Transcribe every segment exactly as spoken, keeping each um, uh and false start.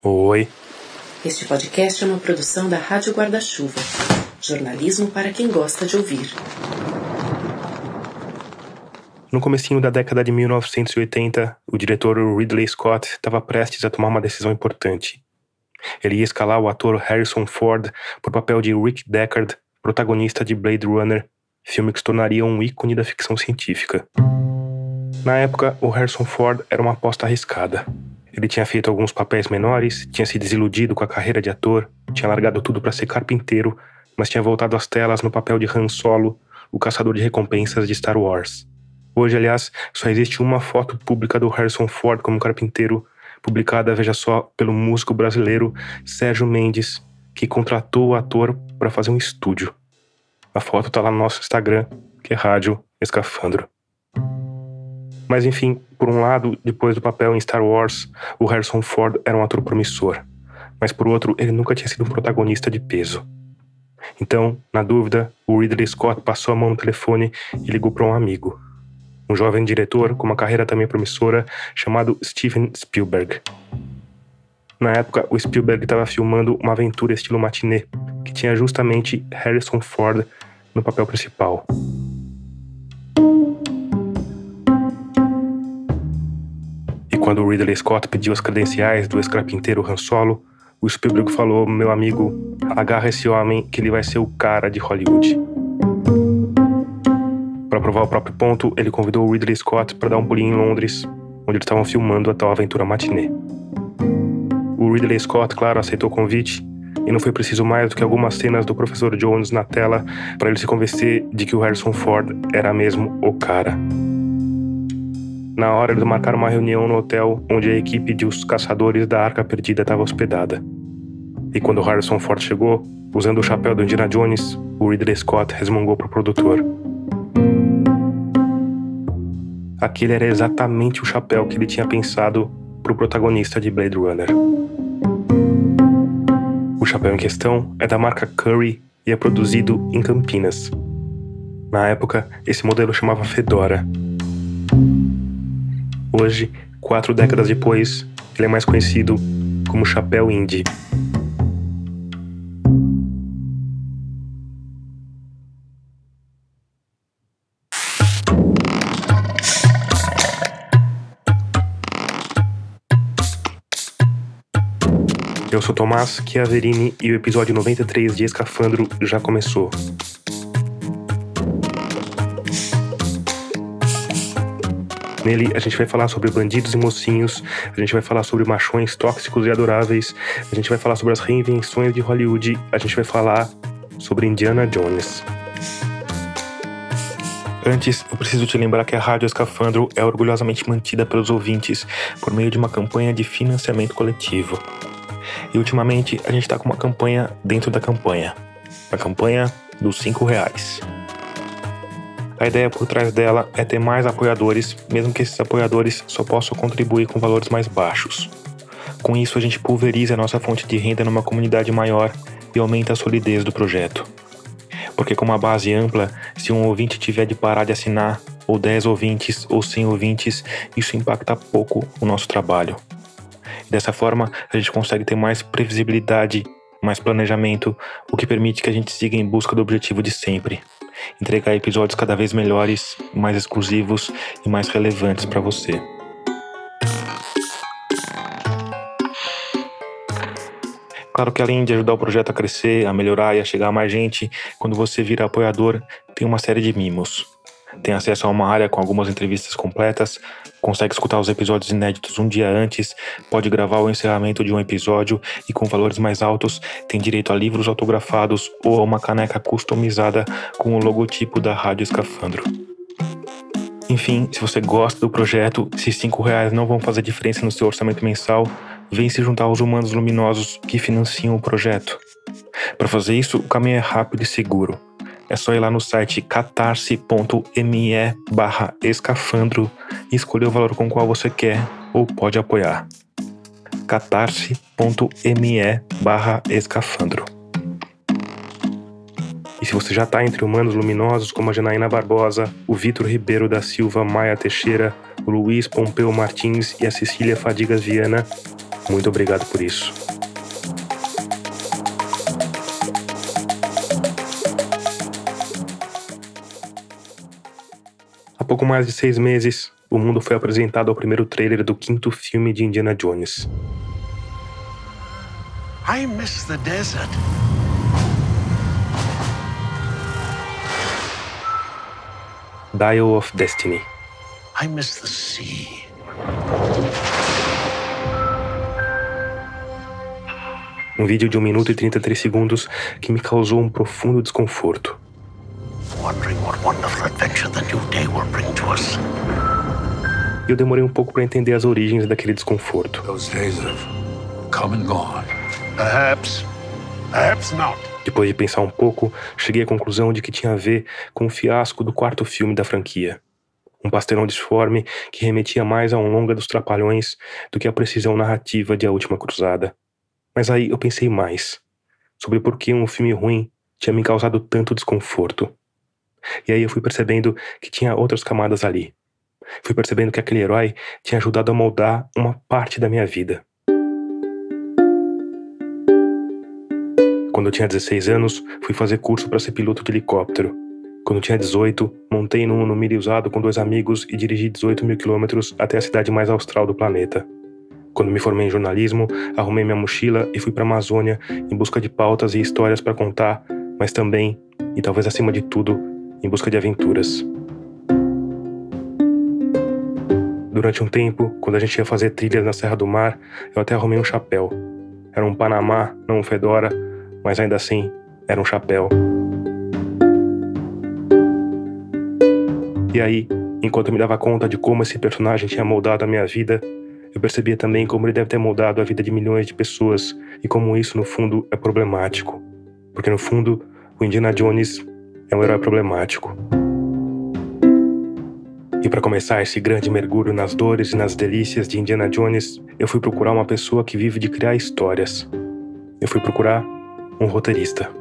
Oi. Este podcast é uma produção da Rádio Guarda-Chuva. Jornalismo para quem gosta de ouvir. No comecinho da década de mil novecentos e oitenta, o diretor Ridley Scott estava prestes a tomar uma decisão importante. Ele ia escalar o ator Harrison Ford para o papel de Rick Deckard, protagonista de Blade Runner, filme que se tornaria um ícone da ficção científica. Na época, o Harrison Ford era uma aposta arriscada. Ele tinha feito alguns papéis menores, tinha se desiludido com a carreira de ator, tinha largado tudo para ser carpinteiro, mas tinha voltado às telas no papel de Han Solo, o caçador de recompensas de Star Wars. Hoje, aliás, só existe uma foto pública do Harrison Ford como carpinteiro, publicada, veja só, pelo músico brasileiro Sérgio Mendes, que contratou o ator para fazer um estúdio. A foto tá lá no nosso Instagram, que é Rádio Escafandro. Mas enfim, por um lado, depois do papel em Star Wars, o Harrison Ford era um ator promissor. Mas por outro, ele nunca tinha sido um protagonista de peso. Então, na dúvida, o Ridley Scott passou a mão no telefone e ligou para um amigo. Um jovem diretor com uma carreira também promissora, chamado Steven Spielberg. Na época, o Spielberg estava filmando uma aventura estilo matinê, que tinha justamente Harrison Ford no papel principal. E quando o Ridley Scott pediu as credenciais do ex-carpinteiro Han Solo, o Spielberg falou: meu amigo, agarra esse homem que ele vai ser o cara de Hollywood. Para provar o próprio ponto, ele convidou o Ridley Scott para dar um pulinho em Londres, onde eles estavam filmando a tal aventura matinê. O Ridley Scott, claro, aceitou o convite, e não foi preciso mais do que algumas cenas do professor Jones na tela para ele se convencer de que o Harrison Ford era mesmo o cara. Na hora, eles marcaram uma reunião no hotel onde a equipe de Os Caçadores da Arca Perdida estava hospedada. E quando o Harrison Ford chegou, usando o chapéu do Indiana Jones, o Ridley Scott resmungou pro produtor: aquele era exatamente o chapéu que ele tinha pensado pro protagonista de Blade Runner. O chapéu em questão é da marca Curry e é produzido em Campinas. Na época, esse modelo chamava Fedora. Hoje, quatro décadas depois, ele é mais conhecido como chapéu indie. Eu sou Tomás Chiaverini e o episódio noventa e três de Escafandro já começou. Nele, a gente vai falar sobre bandidos e mocinhos, a gente vai falar sobre machões tóxicos e adoráveis, a gente vai falar sobre as reinvenções de Hollywood, a gente vai falar sobre Indiana Jones. Antes, eu preciso te lembrar que a Rádio Escafandro é orgulhosamente mantida pelos ouvintes por meio de uma campanha de financiamento coletivo. E ultimamente, a gente está com uma campanha dentro da campanha. A campanha dos cinco reais. A ideia por trás dela é ter mais apoiadores, mesmo que esses apoiadores só possam contribuir com valores mais baixos. Com isso, a gente pulveriza a nossa fonte de renda numa comunidade maior e aumenta a solidez do projeto. Porque com uma base ampla, se um ouvinte tiver de parar de assinar, ou dez ouvintes, ou cem ouvintes, isso impacta pouco o nosso trabalho. Dessa forma, a gente consegue ter mais previsibilidade, mais planejamento, o que permite que a gente siga em busca do objetivo de sempre: entregar episódios cada vez melhores, mais exclusivos e mais relevantes para você. Claro que além de ajudar o projeto a crescer, a melhorar e a chegar a mais gente, quando você vira apoiador, tem uma série de mimos. Tem acesso a uma área com algumas entrevistas completas, consegue escutar os episódios inéditos um dia antes, pode gravar o encerramento de um episódio e, com valores mais altos, tem direito a livros autografados ou a uma caneca customizada com o logotipo da Rádio Escafandro. Enfim, se você gosta do projeto, se cinco reais não vão fazer diferença no seu orçamento mensal, vem se juntar aos humanos luminosos que financiam o projeto. Para fazer isso, o caminho é rápido e seguro. É só ir lá no site catarse ponto me barra escafandro e escolher o valor com o qual você quer ou pode apoiar. catarse ponto me barra escafandro. E se você já está entre humanos luminosos como a Janaína Barbosa, o Vitor Ribeiro da Silva Maia Teixeira, o Luiz Pompeu Martins e a Cecília Fadigas Viana, Muito obrigado por isso. Há pouco mais de seis meses, o mundo foi apresentado ao primeiro trailer do quinto filme de Indiana Jones. I miss the desert. Dial of Destiny. I miss the sea. Um vídeo de um minuto e trinta e três segundos que me causou um profundo desconforto. Wondering what wonderful adventure the new day will bring to us. E eu demorei um pouco para entender as origens daquele desconforto. Those days have come and gone. Perhaps, perhaps not. Depois de pensar um pouco, cheguei à conclusão de que tinha a ver com o fiasco do quarto filme da franquia. Um pastelão disforme que remetia mais a um longa dos Trapalhões do que a precisão narrativa de A Última Cruzada. Mas aí eu pensei mais sobre por que um filme ruim tinha me causado tanto desconforto. E aí eu fui percebendo que tinha outras camadas ali. Fui percebendo que aquele herói tinha ajudado a moldar uma parte da minha vida. Quando eu tinha dezesseis anos, fui fazer curso para ser piloto de helicóptero. Quando eu tinha dezoito, montei num Uno Mille usado com dois amigos e dirigi dezoito mil quilômetros até a cidade mais austral do planeta. Quando me formei em jornalismo, arrumei minha mochila e fui para a Amazônia em busca de pautas e histórias para contar, mas também, e talvez acima de tudo, em busca de aventuras. Durante um tempo, quando a gente ia fazer trilhas na Serra do Mar, eu até arrumei um chapéu. Era um Panamá, não um Fedora, mas ainda assim, era um chapéu. E aí, enquanto eu me dava conta de como esse personagem tinha moldado a minha vida, eu percebia também como ele deve ter moldado a vida de milhões de pessoas e como isso, no fundo, é problemático. Porque, no fundo, o Indiana Jones é um herói problemático. E para começar esse grande mergulho nas dores e nas delícias de Indiana Jones, eu fui procurar uma pessoa que vive de criar histórias. Eu fui procurar um roteirista.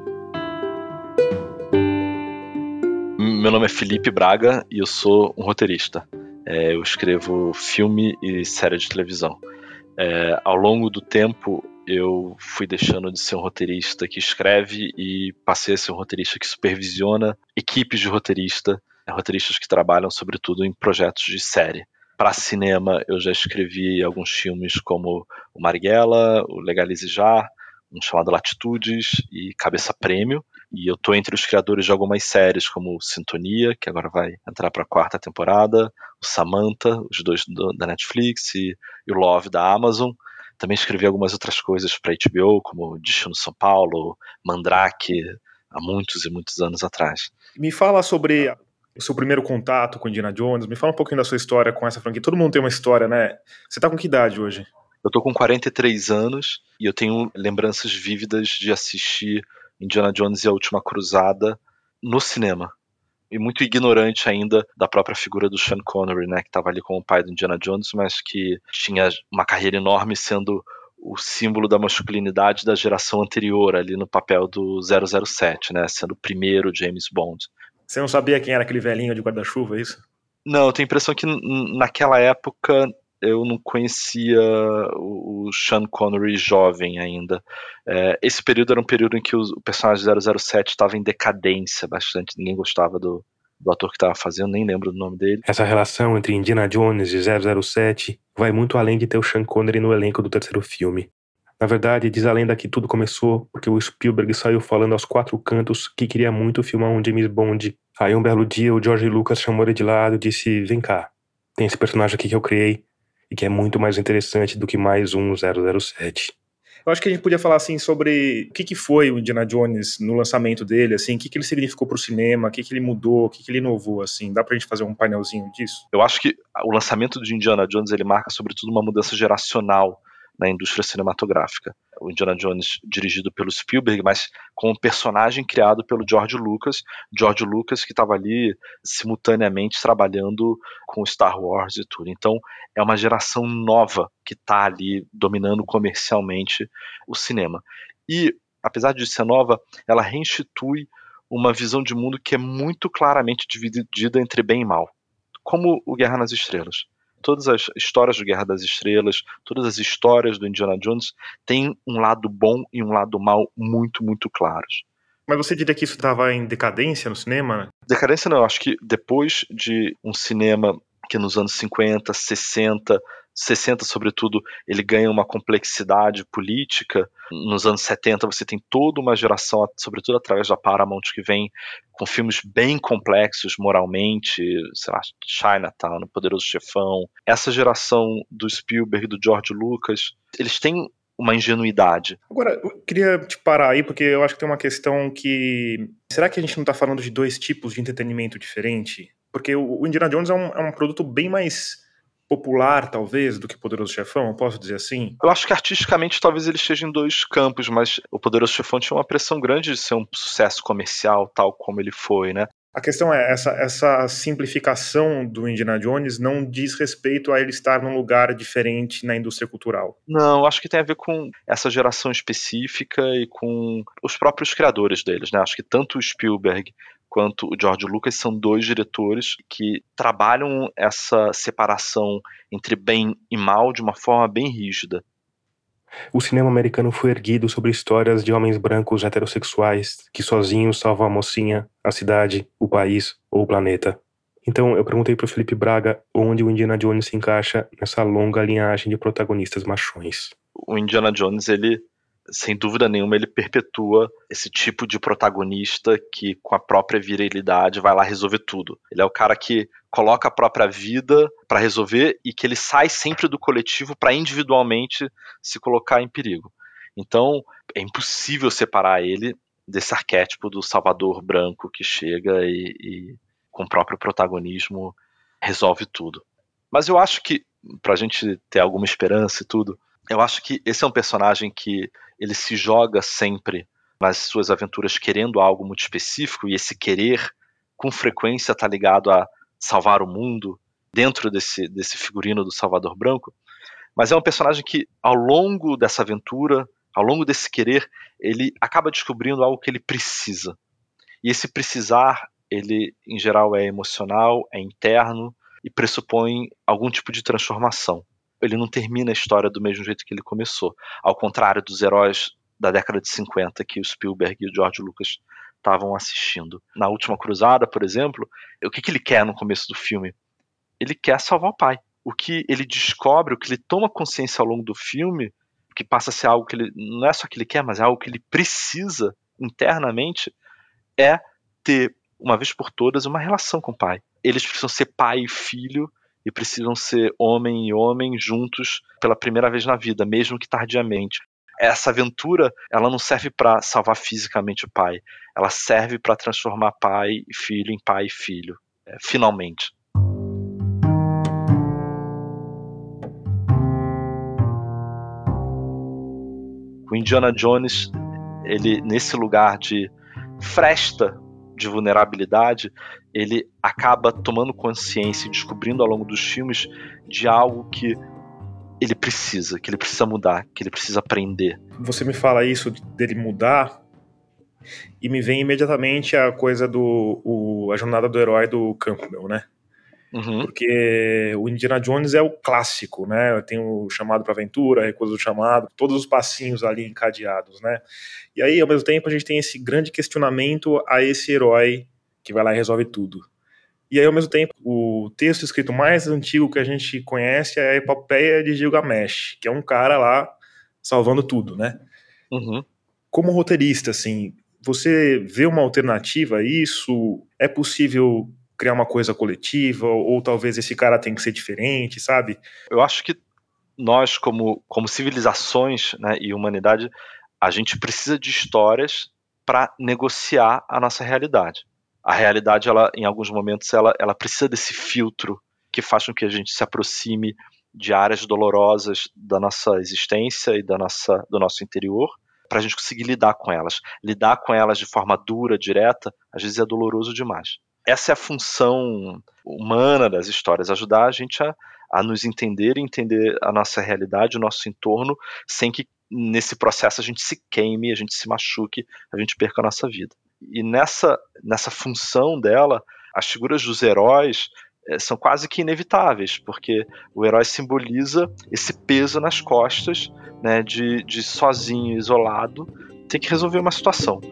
Meu nome é Felipe Braga e eu sou um roteirista. É, eu escrevo filme e série de televisão. É, ao longo do tempo, eu fui deixando de ser um roteirista que escreve e passei a ser um roteirista que supervisiona equipes de roteirista, roteiristas que trabalham sobretudo em projetos de série. Para cinema, eu já escrevi alguns filmes como o Marighella, o Legalize Já, um chamado Latitudes e Cabeça Prêmio. E eu tô entre os criadores de algumas séries, como Sintonia, que agora vai entrar para a quarta temporada, o Samantha, os dois do, da Netflix, e, e o Love da Amazon. Também escrevi algumas outras coisas para H B O, como Destino São Paulo, Mandrake, há muitos e muitos anos atrás. Me fala sobre o seu primeiro contato com Indiana Jones, me fala um pouquinho da sua história com essa franquia. Todo mundo tem uma história, né? Você tá com que idade hoje? Eu tô com quarenta e três anos e eu tenho lembranças vívidas de assistir Indiana Jones e a Última Cruzada no cinema. E muito ignorante ainda da própria figura do Sean Connery, né, que estava ali como o pai do Indiana Jones, mas que tinha uma carreira enorme sendo o símbolo da masculinidade da geração anterior, ali no papel do zero zero sete, né, sendo o primeiro James Bond. Você não sabia quem era aquele velhinho de guarda-chuva, é isso? Não, eu tenho a impressão que n- naquela época eu não conhecia o Sean Connery jovem ainda. É, esse período era um período em que o, o personagem zero zero sete estava em decadência bastante, ninguém gostava do, do ator que estava fazendo, nem lembro do nome dele. Essa relação entre Indiana Jones e zero zero sete vai muito além de ter o Sean Connery no elenco do terceiro filme. Na verdade, diz a lenda que tudo começou porque o Spielberg saiu falando aos quatro cantos que queria muito filmar um James Bond. Aí um belo dia o George Lucas chamou ele de lado e disse: vem cá, tem esse personagem aqui que eu criei e que é muito mais interessante do que mais um zero zero sete. Eu acho que a gente podia falar assim sobre o que, que foi o Indiana Jones no lançamento dele, assim, o que, que ele significou para o cinema, o que, que ele mudou, o que, que ele inovou, assim. Dá pra gente fazer um painelzinho disso? Eu acho que o lançamento de Indiana Jones ele marca sobretudo uma mudança geracional na indústria cinematográfica. O Indiana Jones dirigido pelo Spielberg, mas com um personagem criado pelo George Lucas, George Lucas que estava ali simultaneamente trabalhando com Star Wars e tudo. Então é uma geração nova que está ali dominando comercialmente o cinema. E, apesar de ser nova, ela reinstitui uma visão de mundo que é muito claramente dividida entre bem e mal, como o Guerra nas Estrelas. Todas as histórias do Guerra das Estrelas, todas as histórias do Indiana Jones têm um lado bom e um lado mal muito, muito claros. Mas você diria que isso estava em decadência no cinema? Decadência não, eu acho que depois de um cinema que nos anos cinquenta, sessenta, sessenta sobretudo, ele ganha uma complexidade política. Nos anos setenta você tem toda uma geração, sobretudo através da Paramount, que vem com filmes bem complexos moralmente, sei lá, Chinatown, O Poderoso Chefão. Essa geração do Spielberg, do George Lucas, eles têm uma ingenuidade. Agora, eu queria te parar aí, porque eu acho que tem uma questão que... Será que a gente não está falando de dois tipos de entretenimento diferente? Porque o Indiana Jones é um, é um produto bem mais popular, talvez, do que o Poderoso Chefão, eu posso dizer assim? Eu acho que artisticamente talvez ele esteja em dois campos, mas o Poderoso Chefão tinha uma pressão grande de ser um sucesso comercial, tal como ele foi, né? A questão é, essa, essa simplificação do Indiana Jones não diz respeito a ele estar num lugar diferente na indústria cultural. Não, acho que tem a ver com essa geração específica e com os próprios criadores deles, né? Acho que tanto o Spielberg quanto o George Lucas são dois diretores que trabalham essa separação entre bem e mal de uma forma bem rígida. O cinema americano foi erguido sobre histórias de homens brancos heterossexuais que sozinhos salvam a mocinha, a cidade, o país ou o planeta. Então eu perguntei pro Felipe Braga onde o Indiana Jones se encaixa nessa longa linhagem de protagonistas machões. O Indiana Jones, ele, sem dúvida nenhuma, ele perpetua esse tipo de protagonista que com a própria virilidade vai lá resolver tudo. Ele é o cara que coloca a própria vida para resolver e que ele sai sempre do coletivo para individualmente se colocar em perigo. Então é impossível separar ele desse arquétipo do salvador branco que chega e, e com o próprio protagonismo resolve tudo. Mas eu acho que, pra gente ter alguma esperança e tudo, eu acho que esse é um personagem que ele se joga sempre nas suas aventuras querendo algo muito específico, e esse querer com frequência está ligado a salvar o mundo dentro desse, desse figurino do Salvador Branco. Mas é um personagem que, ao longo dessa aventura, ao longo desse querer, ele acaba descobrindo algo que ele precisa. E esse precisar, ele em geral é emocional, é interno e pressupõe algum tipo de transformação. Ele não termina a história do mesmo jeito que ele começou, ao contrário dos heróis da década de cinquenta que o Spielberg e o George Lucas estavam assistindo. Na Última Cruzada, por exemplo, o que, que ele quer no começo do filme? Ele quer salvar o pai. O que ele descobre, o que ele toma consciência ao longo do filme, que passa a ser algo que ele, não é só que ele quer, mas é algo que ele precisa internamente, é ter, uma vez por todas, uma relação com o pai. Eles precisam ser pai e filho, e precisam ser homem e homem juntos pela primeira vez na vida, mesmo que tardiamente. Essa aventura, ela não serve para salvar fisicamente o pai, ela serve para transformar pai e filho em pai e filho, é, finalmente. O Indiana Jones, ele, nesse lugar de fresta de vulnerabilidade, ele acaba tomando consciência e descobrindo ao longo dos filmes de algo que ele precisa, que ele precisa mudar, que ele precisa aprender. Você me fala isso dele mudar e me vem imediatamente a coisa do o, a jornada do herói do Campbell, né? Uhum. Porque o Indiana Jones é o clássico, né? Tem o chamado para aventura, a recusa do chamado, todos os passinhos ali encadeados, né? E aí, ao mesmo tempo, a gente tem esse grande questionamento a esse herói que vai lá e resolve tudo. E aí, ao mesmo tempo, o texto escrito mais antigo que a gente conhece é a Epopeia de Gilgamesh, que é um cara lá salvando tudo, né? Uhum. Como roteirista, assim, você vê uma alternativa a isso? É possível criar uma coisa coletiva, ou, ou talvez esse cara tem que ser diferente, sabe? Eu acho que nós, como, como civilizações, né, e humanidade, a gente precisa de histórias para negociar a nossa realidade. A realidade, ela, em alguns momentos, ela, ela precisa desse filtro que faz com que a gente se aproxime de áreas dolorosas da nossa existência e da nossa, do nosso interior, para a gente conseguir lidar com elas. Lidar com elas de forma dura, direta, às vezes é doloroso demais. Essa é a função humana das histórias, ajudar a gente a, a nos entender e entender a nossa realidade, o nosso entorno, sem que nesse processo a gente se queime, a gente se machuque, a gente perca a nossa vida. E nessa, nessa função dela, as figuras dos heróis, é, são quase que inevitáveis, porque o herói simboliza esse peso nas costas, né, de, de sozinho, isolado, ter que resolver uma situação.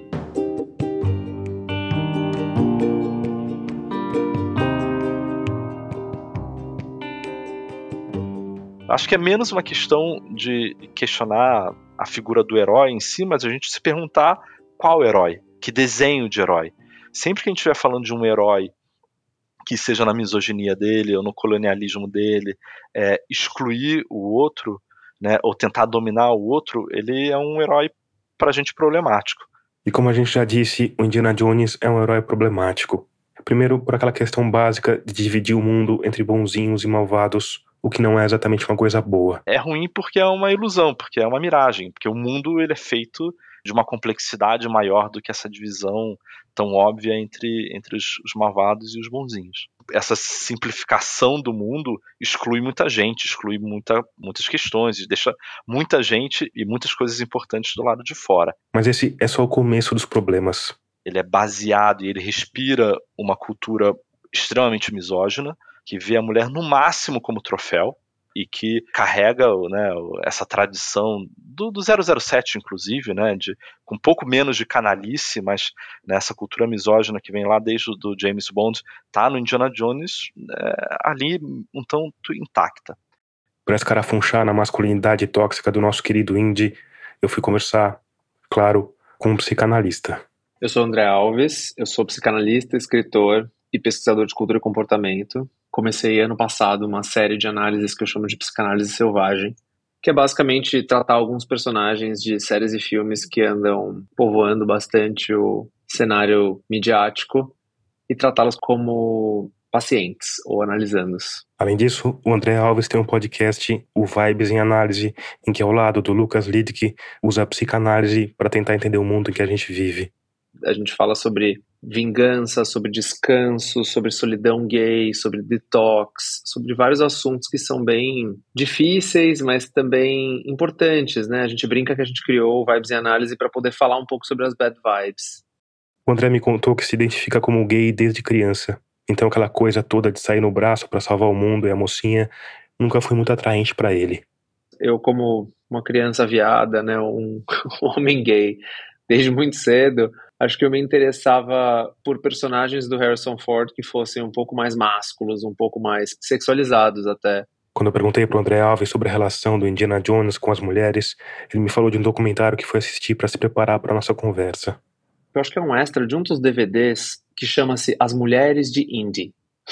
Acho que é menos uma questão de questionar a figura do herói em si, mas a gente se perguntar qual herói, que desenho de herói. Sempre que a gente estiver falando de um herói que seja na misoginia dele ou no colonialismo dele, é, excluir o outro, né, ou tentar dominar o outro, ele é um herói pra gente problemático. E como a gente já disse, o Indiana Jones é um herói problemático. Primeiro, por aquela questão básica de dividir o mundo entre bonzinhos e malvados, o que não é exatamente uma coisa boa. É ruim porque é uma ilusão, porque é uma miragem, porque o mundo ele é feito de uma complexidade maior do que essa divisão tão óbvia entre, entre os, os malvados e os bonzinhos. Essa simplificação do mundo exclui muita gente, exclui muita, muitas questões, deixa muita gente e muitas coisas importantes do lado de fora. Mas esse é só o começo dos problemas. Ele é baseado e ele respira uma cultura extremamente misógina, que vê a mulher no máximo como troféu e que carrega, né, essa tradição do, do zero zero sete, inclusive, né, de, com um pouco menos de canalice, mas né, essa cultura misógina que vem lá desde o do James Bond, tá no Indiana Jones é, ali um tanto intacta. Para escarafunchar na masculinidade tóxica do nosso querido Indy, eu fui conversar, claro, com um psicanalista. Eu sou André Alves, eu sou psicanalista, escritor e pesquisador de cultura e comportamento. Comecei ano passado uma série de análises que eu chamo de psicanálise selvagem, que é basicamente tratar alguns personagens de séries e filmes que andam povoando bastante o cenário midiático e tratá-los como pacientes ou analisando-os. Além disso, o André Alves tem um podcast, o Vibes em Análise, em que ao lado do Lucas Lidke usa a psicanálise para tentar entender o mundo em que a gente vive. A gente fala sobre vingança, sobre descanso, sobre solidão gay, sobre detox, sobre vários assuntos que são bem difíceis, mas também importantes, né? A gente brinca que a gente criou o Vibes em Análise para poder falar um pouco sobre as bad vibes. O André me contou que se identifica como gay desde criança. Então aquela coisa toda de sair no braço para salvar o mundo e a mocinha nunca foi muito atraente para ele. Eu, como uma criança viada, né, um homem gay, desde muito cedo, acho que eu me interessava por personagens do Harrison Ford que fossem um pouco mais másculos, um pouco mais sexualizados até. Quando eu perguntei pro André Alves sobre a relação do Indiana Jones com as mulheres, ele me falou de um documentário que foi assistir para se preparar para nossa conversa. Eu acho que é um extra de um dos D V Ds que chama-se As Mulheres de Indy,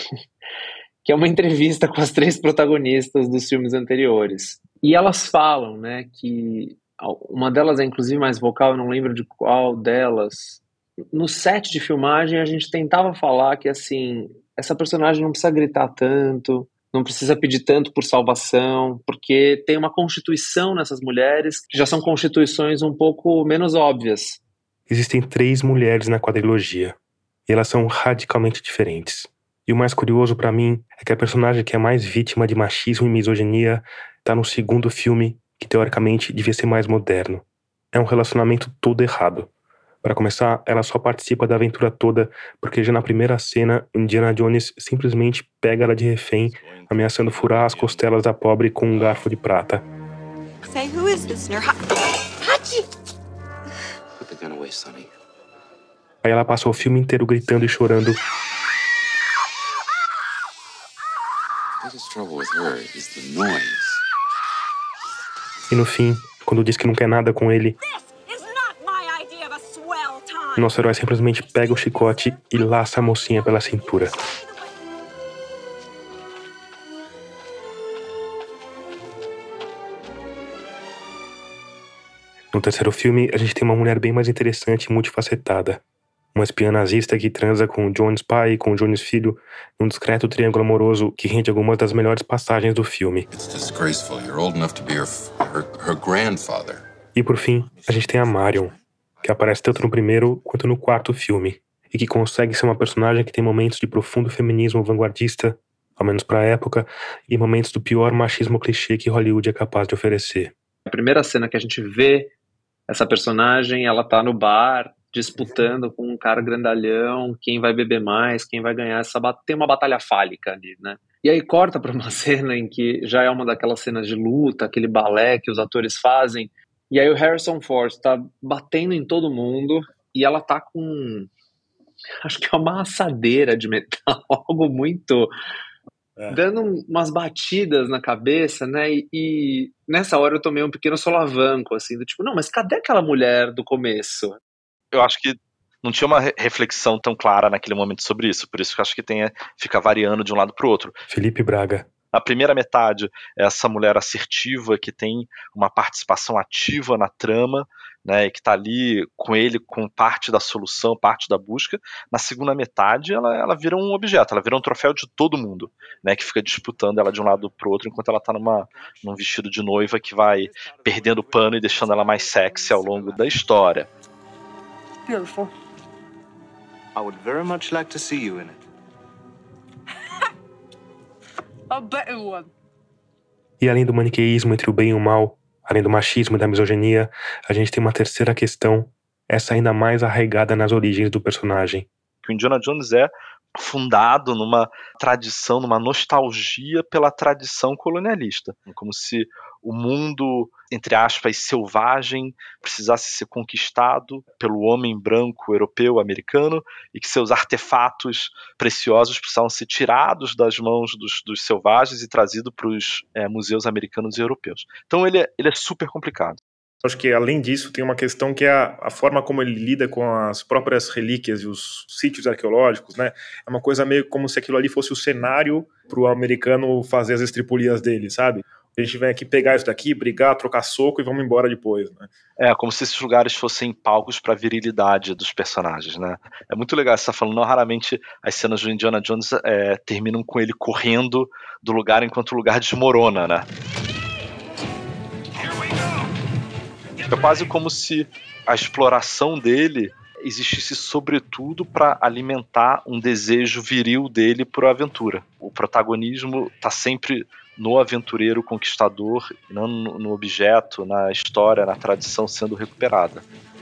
que é uma entrevista com as três protagonistas dos filmes anteriores. E elas falam, né, que uma delas é inclusive mais vocal, eu não lembro de qual delas. No set de filmagem a gente tentava falar que assim, essa personagem não precisa gritar tanto, não precisa pedir tanto por salvação, porque tem uma constituição nessas mulheres que já são constituições um pouco menos óbvias. Existem três mulheres na quadrilogia, e elas são radicalmente diferentes. E o mais curioso pra mim é que a personagem que é mais vítima de machismo e misoginia tá no segundo filme, que teoricamente devia ser mais moderno. É um relacionamento todo errado. Para começar, ela só participa da aventura toda porque já na primeira cena, Indiana Jones simplesmente pega ela de refém, ameaçando furar as costelas da pobre com um garfo de prata. Say, who is this nerd? Hachi! Put the gun away, Sonny. Aí ela passa o filme inteiro gritando e chorando. The biggest trouble with her is the noise. E no fim, quando diz que não quer nada com ele, nosso herói simplesmente pega o chicote e laça a mocinha pela cintura. No terceiro filme, a gente tem uma mulher bem mais interessante e multifacetada. Uma espiã nazista que transa com o Jones pai e com o Jones filho num discreto triângulo amoroso que rende algumas das melhores passagens do filme. It's disgraceful. You're old enough to be her, her, her grandfather. E por fim, a gente tem a Marion, que aparece tanto no primeiro quanto no quarto filme, e que consegue ser uma personagem que tem momentos de profundo feminismo vanguardista, ao menos pra época, e momentos do pior machismo clichê que Hollywood é capaz de oferecer. A primeira cena que a gente vê essa personagem, ela tá no bar disputando com um cara grandalhão, quem vai beber mais, quem vai ganhar essa batalha. Tem uma batalha fálica ali, né? E aí corta para uma cena em que já é uma daquelas cenas de luta, aquele balé que os atores fazem, e aí o Harrison Ford tá batendo em todo mundo, e ela tá com, acho que é uma assadeira de metal, algo muito... É. Dando umas batidas na cabeça, né, e, e nessa hora eu tomei um pequeno solavanco, assim, do tipo, não, mas cadê aquela mulher do começo? Eu acho que não tinha uma reflexão tão clara naquele momento sobre isso, por isso que eu acho que tem, fica variando de um lado pro outro. Felipe Braga. A primeira metade é essa mulher assertiva que tem uma participação ativa na trama, né, e que está ali com ele com parte da solução, parte da busca. Na segunda metade ela, ela vira um objeto, ela vira um troféu de todo mundo, né, que fica disputando ela de um lado pro outro enquanto ela está numa, num vestido de noiva que vai perdendo o pano e deixando ela mais sexy ao longo da história. Beautiful. I would very much like to see you in it. A better one. E além do maniqueísmo entre o bem e o mal, além do machismo e da misoginia, a gente tem uma terceira questão, essa ainda mais arraigada nas origens do personagem. Que o Indiana Jones é fundado numa tradição, numa nostalgia pela tradição colonialista, como se o mundo, entre aspas, selvagem precisasse ser conquistado pelo homem branco, europeu, americano, e que seus artefatos preciosos precisavam ser tirados das mãos dos, dos selvagens e trazidos para os é, museus americanos e europeus. Então ele é, ele é super complicado. Acho que, além disso, tem uma questão que é a, a forma como ele lida com as próprias relíquias e os sítios arqueológicos, né? É uma coisa meio como se aquilo ali fosse o cenário para o americano fazer as estripulias dele, sabe? A gente vem aqui pegar isso daqui, brigar, trocar soco e vamos embora depois, né? É, como se esses lugares fossem palcos para a virilidade dos personagens, né? É muito legal você estar falando, não raramente as cenas do Indiana Jones é, terminam com ele correndo do lugar enquanto o lugar desmorona, né? É quase como se a exploração dele existisse sobretudo para alimentar um desejo viril dele por aventura. O protagonismo está sempre no aventureiro conquistador, não no objeto, na história, na tradição sendo recuperada.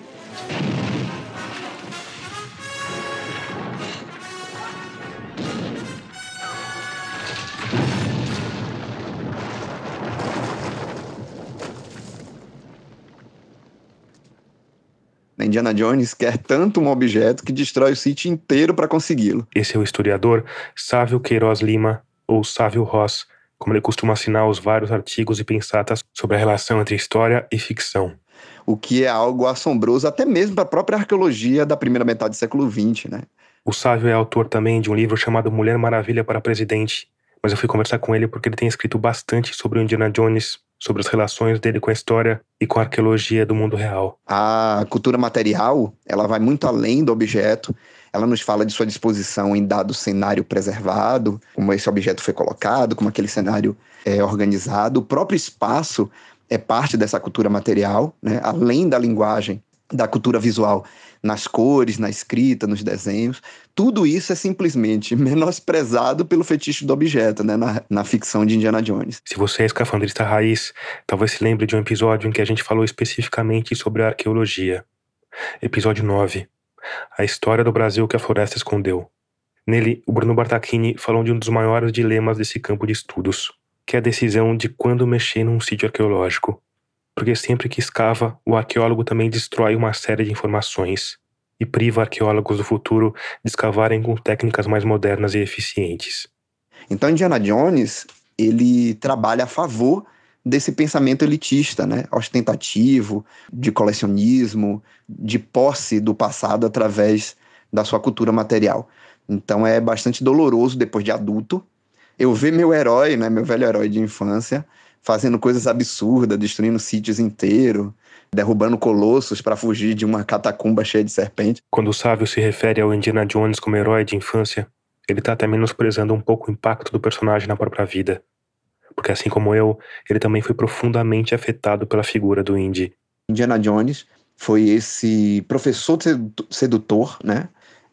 Indiana Jones quer tanto um objeto que destrói o sítio inteiro para consegui-lo. Esse é o historiador Sávio Queiroz Lima, ou Sávio Ross, como ele costuma assinar os vários artigos e pensatas sobre a relação entre história e ficção. O que é algo assombroso até mesmo para a própria arqueologia da primeira metade do século vinte, né? O Sávio é autor também de um livro chamado Mulher Maravilha para Presidente, mas eu fui conversar com ele porque ele tem escrito bastante sobre o Indiana Jones, sobre as relações dele com a história e com a arqueologia do mundo real. A cultura material, ela vai muito além do objeto, ela nos fala de sua disposição em dado cenário preservado, como esse objeto foi colocado, como aquele cenário é organizado. O próprio espaço é parte dessa cultura material, né? Além da linguagem, da cultura visual, nas cores, na escrita, nos desenhos. Tudo isso é simplesmente menosprezado pelo fetiche do objeto, né, na, na ficção de Indiana Jones. Se você é escafandrista raiz, talvez se lembre de um episódio em que a gente falou especificamente sobre a arqueologia. Episódio nove. A história do Brasil que a floresta escondeu. Nele, o Bruno Bartachini falou de um dos maiores dilemas desse campo de estudos, que é a decisão de quando mexer num sítio arqueológico. Porque sempre que escava, o arqueólogo também destrói uma série de informações e priva arqueólogos do futuro de escavarem com técnicas mais modernas e eficientes. Então, Indiana Jones, ele trabalha a favor desse pensamento elitista, né? Ostentativo, de colecionismo, de posse do passado através da sua cultura material. Então, é bastante doloroso, depois de adulto, eu ver meu herói, né, meu velho herói de infância, fazendo coisas absurdas, destruindo sítios inteiros, derrubando colossos para fugir de uma catacumba cheia de serpentes. Quando o Sávio se refere ao Indiana Jones como herói de infância, ele está até menosprezando um pouco o impacto do personagem na própria vida. Porque assim como eu, ele também foi profundamente afetado pela figura do Indy. Indiana Jones foi esse professor sedutor, né?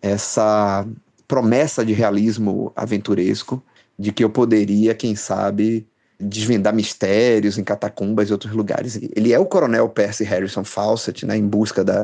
Essa promessa de realismo aventuresco, de que eu poderia, quem sabe, desvendar mistérios em catacumbas e outros lugares. Ele é o coronel Percy Harrison Fawcett, né, em busca da,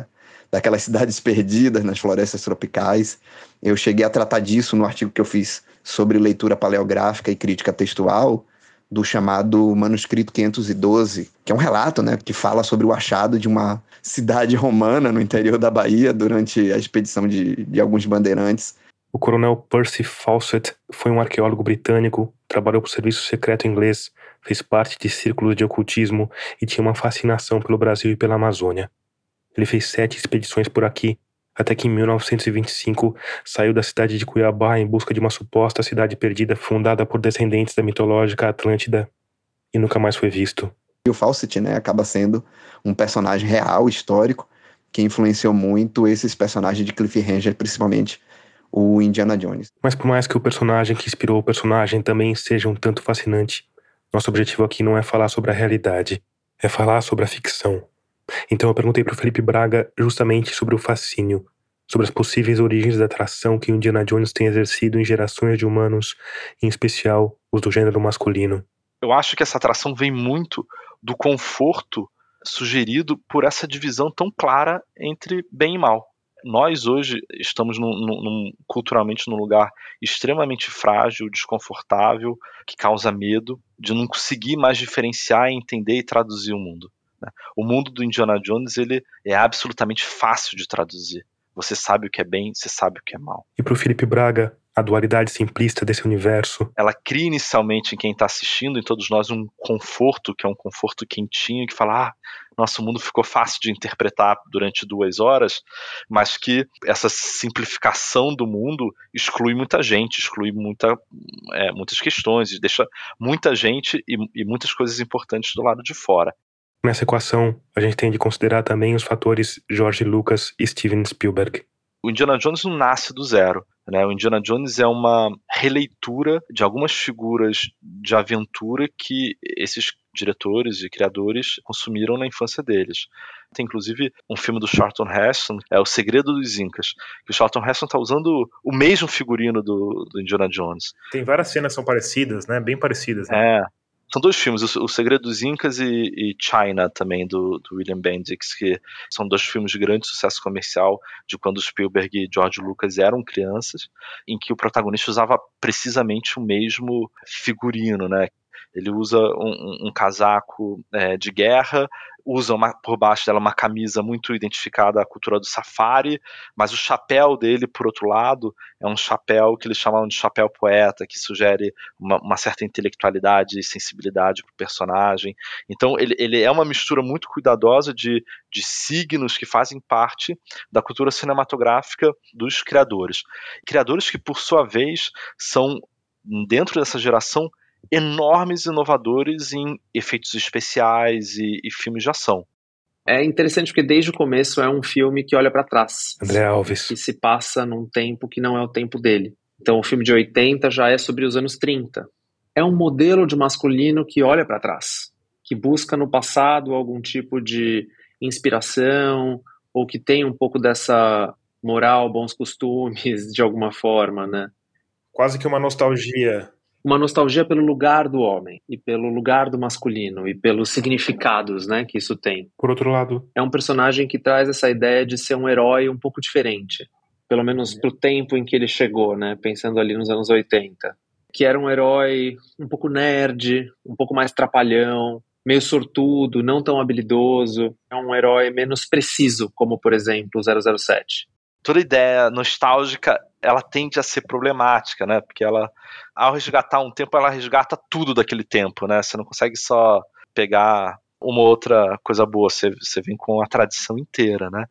daquelas cidades perdidas nas florestas tropicais. Eu cheguei a tratar disso no artigo que eu fiz sobre leitura paleográfica e crítica textual, do chamado Manuscrito quinhentos e doze, que é um relato, né, que fala sobre o achado de uma cidade romana no interior da Bahia durante a expedição de, de alguns bandeirantes. O coronel Percy Fawcett foi um arqueólogo britânico, trabalhou para o serviço secreto inglês, fez parte de círculos de ocultismo e tinha uma fascinação pelo Brasil e pela Amazônia. Ele fez sete expedições por aqui, até que em mil novecentos e vinte e cinco saiu da cidade de Cuiabá em busca de uma suposta cidade perdida fundada por descendentes da mitológica Atlântida e nunca mais foi visto. E o Fawcett, né, acaba sendo um personagem real, histórico, que influenciou muito esses personagens de Cliffhanger, principalmente o Indiana Jones. Mas por mais que o personagem que inspirou o personagem também seja um tanto fascinante, nosso objetivo aqui não é falar sobre a realidade, é falar sobre a ficção. Então eu perguntei para o Felipe Braga justamente sobre o fascínio, sobre as possíveis origens da atração que o Indiana Jones tem exercido em gerações de humanos, em especial os do gênero masculino. Eu acho que essa atração vem muito do conforto sugerido por essa divisão tão clara entre bem e mal. Nós hoje estamos num, num, culturalmente num lugar extremamente frágil, desconfortável, que causa medo de não conseguir mais diferenciar, entender e traduzir o mundo. O mundo do Indiana Jones, ele é absolutamente fácil de traduzir. Você sabe o que é bem, você sabe o que é mal. E pro Felipe Braga, a dualidade simplista desse universo, ela cria inicialmente em quem está assistindo, em todos nós, um conforto, que é um conforto quentinho, que fala, ah, nosso mundo ficou fácil de interpretar durante duas horas, mas que essa simplificação do mundo exclui muita gente, exclui muita, é, muitas questões, deixa muita gente e, e muitas coisas importantes do lado de fora. Nessa equação, a gente tem de considerar também os fatores George Lucas e Steven Spielberg. O Indiana Jones não nasce do zero, né? O Indiana Jones é uma releitura de algumas figuras de aventura que esses diretores e criadores consumiram na infância deles. Tem inclusive um filme do Charlton Heston, é O Segredo dos Incas, que o Charlton Heston está usando o mesmo figurino do, do Indiana Jones. Tem várias cenas que são parecidas, né? Bem parecidas. Né? É. São dois filmes, O Segredo dos Incas e, e China, também, do, do William Bendix, que são dois filmes de grande sucesso comercial de quando Spielberg e George Lucas eram crianças, em que o protagonista usava precisamente o mesmo figurino, né? Ele usa um, um casaco é, de guerra, usa uma, por baixo dela uma camisa muito identificada à cultura do safari, mas o chapéu dele, por outro lado, é um chapéu que eles chamam de chapéu poeta, que sugere uma, uma certa intelectualidade e sensibilidade para o personagem. Então ele, ele é uma mistura muito cuidadosa de, de signos que fazem parte da cultura cinematográfica dos criadores. Criadores que, por sua vez, são, dentro dessa geração, enormes inovadores em efeitos especiais e, e filmes de ação. É interessante porque desde o começo é um filme que olha para trás. André Alves. Que se passa num tempo que não é o tempo dele. Então o filme de oitenta já é sobre os anos trinta. É um modelo de masculino que olha para trás, que busca no passado algum tipo de inspiração ou que tem um pouco dessa moral, bons costumes de alguma forma, né? Quase que uma nostalgia. Uma nostalgia pelo lugar do homem e pelo lugar do masculino e pelos significados, né, que isso tem. Por outro lado, é um personagem que traz essa ideia de ser um herói um pouco diferente, pelo menos pro tempo em que ele chegou, né, pensando ali nos anos oitenta, que era um herói um pouco nerd, um pouco mais trapalhão, meio sortudo, não tão habilidoso, é um herói menos preciso, como por exemplo o zero zero sete. Toda ideia nostálgica, ela tende a ser problemática, né? Porque ela, ao resgatar um tempo, ela resgata tudo daquele tempo, né? Você não consegue só pegar uma outra coisa boa, você, você vem com a tradição inteira, né?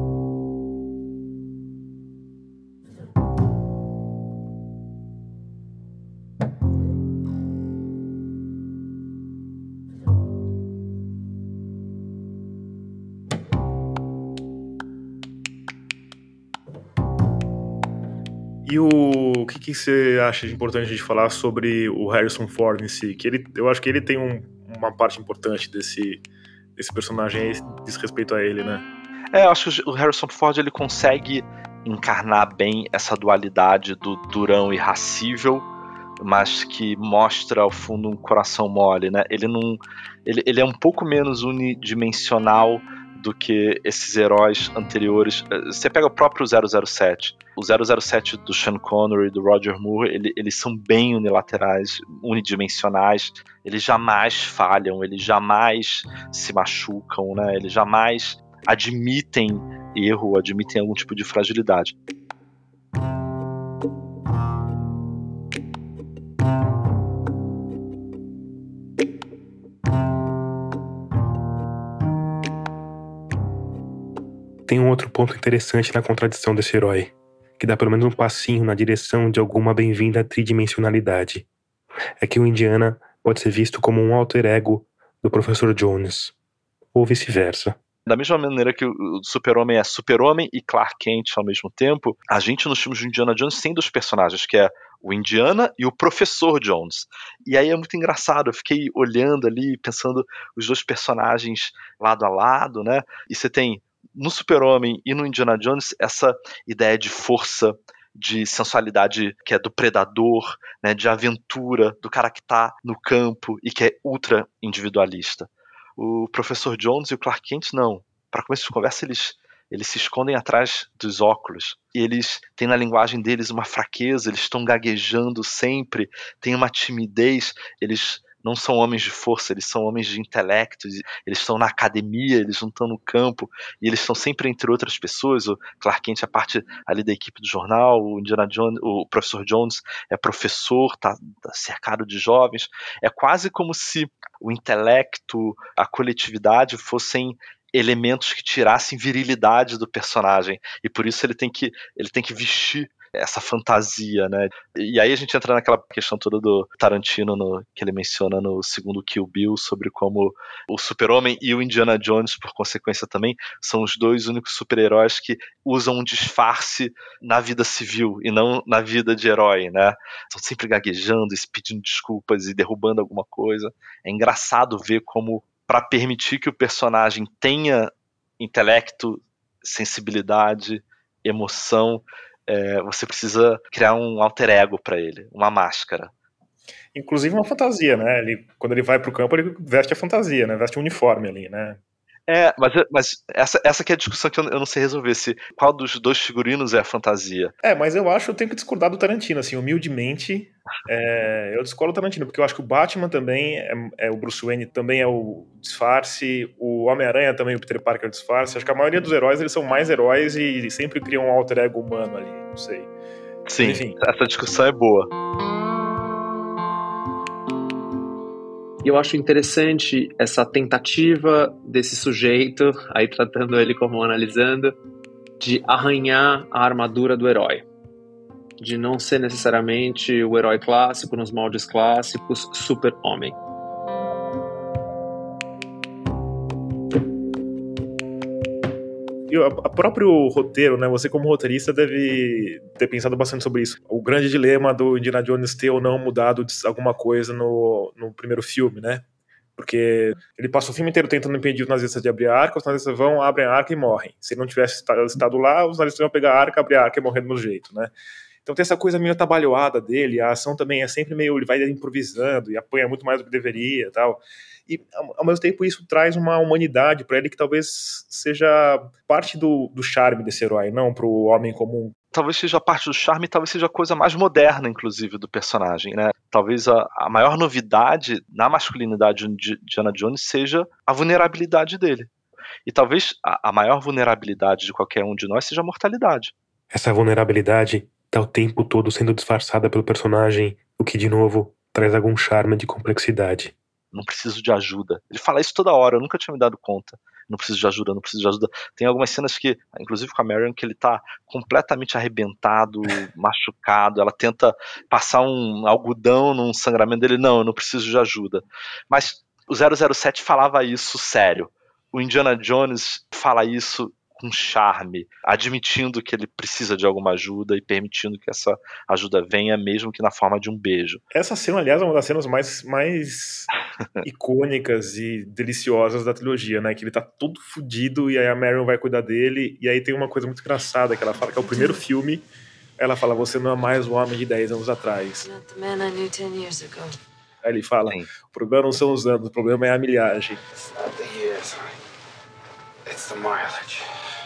E o, o que, que você acha importante de falar sobre o Harrison Ford em si? Que ele, eu acho que ele tem um, uma parte importante desse, desse personagem, diz respeito a ele, né? É, eu acho que o Harrison Ford ele consegue encarnar bem essa dualidade do durão irracível, mas que mostra ao fundo um coração mole, né? Ele, não, ele, ele é um pouco menos unidimensional do que esses heróis anteriores. Você pega o próprio zero zero sete. O zero zero sete do Sean Connery e do Roger Moore, ele, eles são bem unilaterais, unidimensionais. Eles jamais falham, eles jamais se machucam, né? Eles jamais admitem erro, admitem algum tipo de fragilidade. Tem um outro ponto interessante na contradição desse herói, que dá pelo menos um passinho na direção de alguma bem-vinda tridimensionalidade. É que o Indiana pode ser visto como um alter ego do professor Jones, ou vice-versa. Da mesma maneira que o Super-Homem é Super-Homem e Clark Kent ao mesmo tempo, a gente nos filmes de Indiana Jones tem dois personagens, que é o Indiana e o Professor Jones. E aí é muito engraçado, eu fiquei olhando ali, pensando os dois personagens lado a lado, né? E você tem no Super-Homem e no Indiana Jones essa ideia de força, de sensualidade que é do predador, né, de aventura, do cara que tá no campo e que é ultra individualista. O Professor Jones e o Clark Kent não. Para começo de conversa, eles, eles se escondem atrás dos óculos. E eles têm na linguagem deles uma fraqueza, eles estão gaguejando sempre, tem uma timidez, eles não são homens de força, eles são homens de intelecto, eles estão na academia, eles não estão no campo, e eles estão sempre entre outras pessoas. O Clark Kent é parte ali da equipe do jornal, o Indiana Jones, o Professor Jones é professor, está tá cercado de jovens. É quase como se o intelecto, a coletividade fossem elementos que tirassem virilidade do personagem, e por isso ele tem que, ele tem que vestir essa fantasia, né? E aí a gente entra naquela questão toda do Tarantino, no, que ele menciona no segundo Kill Bill, sobre como o Super-Homem e o Indiana Jones, por consequência também, são os dois únicos super-heróis que usam um disfarce na vida civil e não na vida de herói, né? Estão sempre gaguejando, pedindo desculpas e derrubando alguma coisa. É engraçado ver como, para permitir que o personagem tenha intelecto, sensibilidade, emoção, É, você precisa criar um alter ego para ele, uma máscara. Inclusive uma fantasia, né? Ele, quando ele vai pro campo, ele veste a fantasia, né? Veste um uniforme ali, né? É, mas, mas essa, essa que é a discussão que eu, eu não sei resolver, se qual dos dois figurinos é a fantasia. É, mas eu acho que eu tenho que discordar do Tarantino, assim, humildemente. É, eu discordo do Tarantino, porque eu acho que o Batman também é, é o Bruce Wayne, também é o disfarce, o Homem-Aranha também, o Peter Parker é o disfarce. Acho que a maioria dos heróis, eles são mais heróis e sempre criam um alter ego humano ali, não sei. Sim, mas, enfim, essa discussão é boa. E eu acho interessante essa tentativa desse sujeito, aí tratando ele como analisando, de arranhar a armadura do herói. De não ser necessariamente o herói clássico, nos moldes clássicos, super-homem. E o próprio roteiro, né? Você como roteirista deve ter pensado bastante sobre isso. O grande dilema do Indiana Jones ter ou não mudado alguma coisa no, no primeiro filme, né? Porque ele passa o filme inteiro tentando impedir os nazistas de abrir a arca, os nazistas vão, abrem a arca e morrem. Se ele não tivesse estado lá, os nazistas iam pegar a arca, abrir a arca e morrer do mesmo jeito, né? Então tem essa coisa meio atabalhoada dele, a ação também é sempre meio, ele vai improvisando e apanha muito mais do que deveria e tal. E ao mesmo tempo isso traz uma humanidade para ele que talvez seja parte do, do charme desse herói, não pro homem comum. Talvez seja parte do charme, talvez seja a coisa mais moderna, inclusive, do personagem, né? Talvez a, a maior novidade na masculinidade de Indiana Jones seja a vulnerabilidade dele. E talvez a, a maior vulnerabilidade de qualquer um de nós seja a mortalidade. Essa vulnerabilidade tá o tempo todo sendo disfarçada pelo personagem, o que, de novo, traz algum charme de complexidade. Não preciso de ajuda. Ele fala isso toda hora, eu nunca tinha me dado conta. Não preciso de ajuda, não preciso de ajuda. Tem algumas cenas que, inclusive com a Marion, que ele tá completamente arrebentado, machucado. Ela tenta passar um algodão num sangramento dele. Não, eu não preciso de ajuda. Mas o zero zero sete falava isso sério. O Indiana Jones fala isso com charme, admitindo que ele precisa de alguma ajuda e permitindo que essa ajuda venha, mesmo que na forma de um beijo. Essa cena, aliás, é uma das cenas mais, mais icônicas e deliciosas da trilogia, né? Que ele tá todo fudido e aí a Marion vai cuidar dele, e aí tem uma coisa muito engraçada que ela fala que é o primeiro filme, ela fala, você não é mais o homem de dez anos atrás. Aí ele fala, Sim. o problema não são os anos, o problema é a milhagem. What's the mileage?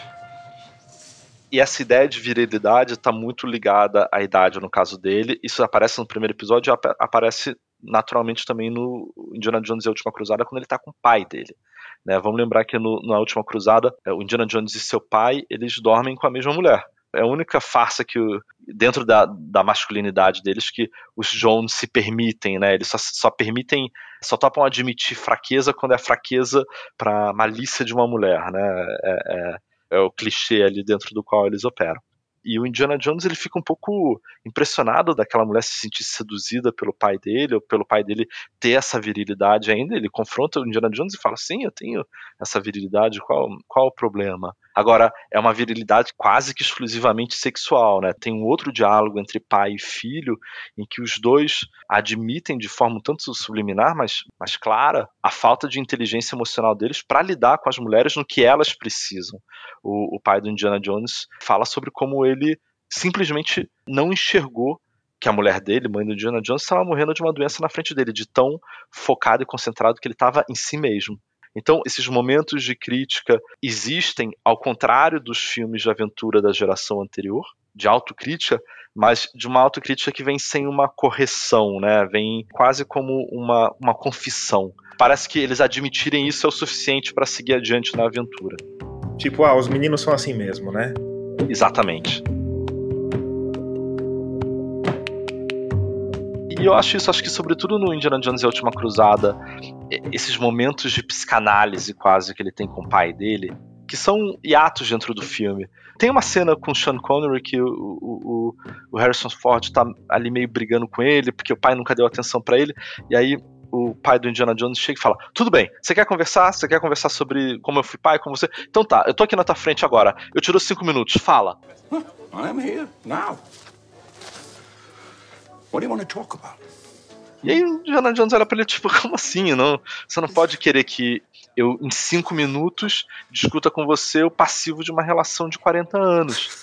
E essa ideia de virilidade está muito ligada à idade, no caso dele. Isso aparece no primeiro episódio e ap- aparece naturalmente também no Indiana Jones e a Última Cruzada, quando ele está com o pai dele. Né? Vamos lembrar que no, na Última Cruzada, o Indiana Jones e seu pai, eles dormem com a mesma mulher. É a única farsa que, dentro da, da masculinidade deles, que os Jones se permitem, né? Eles só, só permitem, só topam admitir fraqueza quando é fraqueza para malícia de uma mulher, né? É, é, é o clichê ali dentro do qual eles operam. E o Indiana Jones, ele fica um pouco impressionado daquela mulher se sentir seduzida pelo pai dele, ou pelo pai dele ter essa virilidade ainda. Ele confronta o Indiana Jones e fala, sim, eu tenho essa virilidade, qual, qual o problema? Agora, é uma virilidade quase que exclusivamente sexual, né? Tem um outro diálogo entre pai e filho, em que os dois admitem de forma um tanto subliminar, mas, mas clara, a falta de inteligência emocional deles para lidar com as mulheres no que elas precisam. O, o pai do Indiana Jones fala sobre como ele simplesmente não enxergou que a mulher dele, mãe do Indiana Jones, estava morrendo de uma doença na frente dele, de tão focado e concentrado que ele estava em si mesmo. Então, esses momentos de crítica existem, ao contrário dos filmes de aventura da geração anterior, de autocrítica, mas de uma autocrítica que vem sem uma correção, né? Vem quase como uma, uma confissão. Parece que eles admitirem isso é o suficiente para seguir adiante na aventura. Tipo, ah, os meninos são assim mesmo, né? Exatamente. E eu acho isso, acho que sobretudo no Indiana Jones e a Última Cruzada, esses momentos de psicanálise quase que ele tem com o pai dele, que são hiatos dentro do filme. Tem uma cena com o Sean Connery que o, o, o Harrison Ford tá ali meio brigando com ele, porque o pai nunca deu atenção pra ele, e aí o pai do Indiana Jones chega e fala, tudo bem, você quer conversar? Você quer conversar sobre como eu fui pai com você? Então tá, eu tô aqui na tua frente agora, eu te dou cinco minutos, fala. I'm here now. What do you want to talk about? E aí o Indiana Jones olha pra ele, tipo, como assim? Não, você não pode querer que eu, em cinco minutos, discuta com você o passivo de uma relação de quarenta anos.